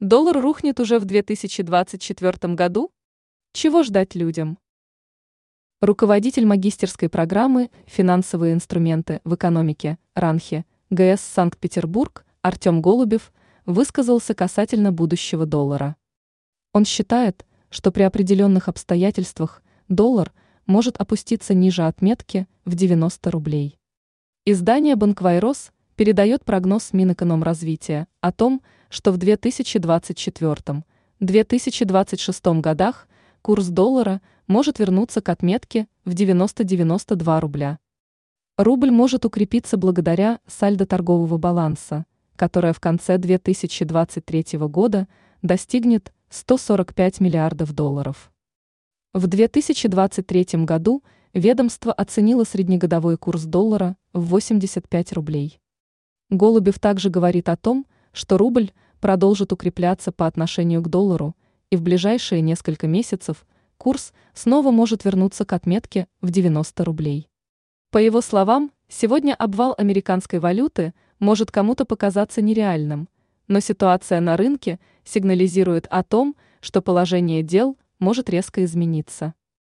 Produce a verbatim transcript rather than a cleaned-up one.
Доллар рухнет уже в две тысячи двадцать четвёртом году? Чего ждать людям? Руководитель магистерской программы «Финансовые инструменты в экономике» РАНХИ ГС Санкт-Петербург Артем Голубев высказался касательно будущего доллара. Он считает, что при определенных обстоятельствах доллар может опуститься ниже отметки в девяносто рублей. Издание «Банквайрос» передает прогноз Минэкономразвития о том, что в две тысячи двадцать четвёртом — две тысячи двадцать шестом годах курс доллара может вернуться к отметке в девяносто — девяносто два рубля. Рубль может укрепиться благодаря сальдо торгового баланса, которое в конце две тысячи двадцать третьего года достигнет сто сорок пять миллиардов долларов. В две тысячи двадцать третьем году ведомство оценило среднегодовой курс доллара в восемьдесят пять рублей. Голубев также говорит о том, что рубль продолжит укрепляться по отношению к доллару, и в ближайшие несколько месяцев курс снова может вернуться к отметке в девяносто рублей. По его словам, сегодня обвал американской валюты может кому-то показаться нереальным, но ситуация на рынке сигнализирует о том, что положение дел может резко измениться.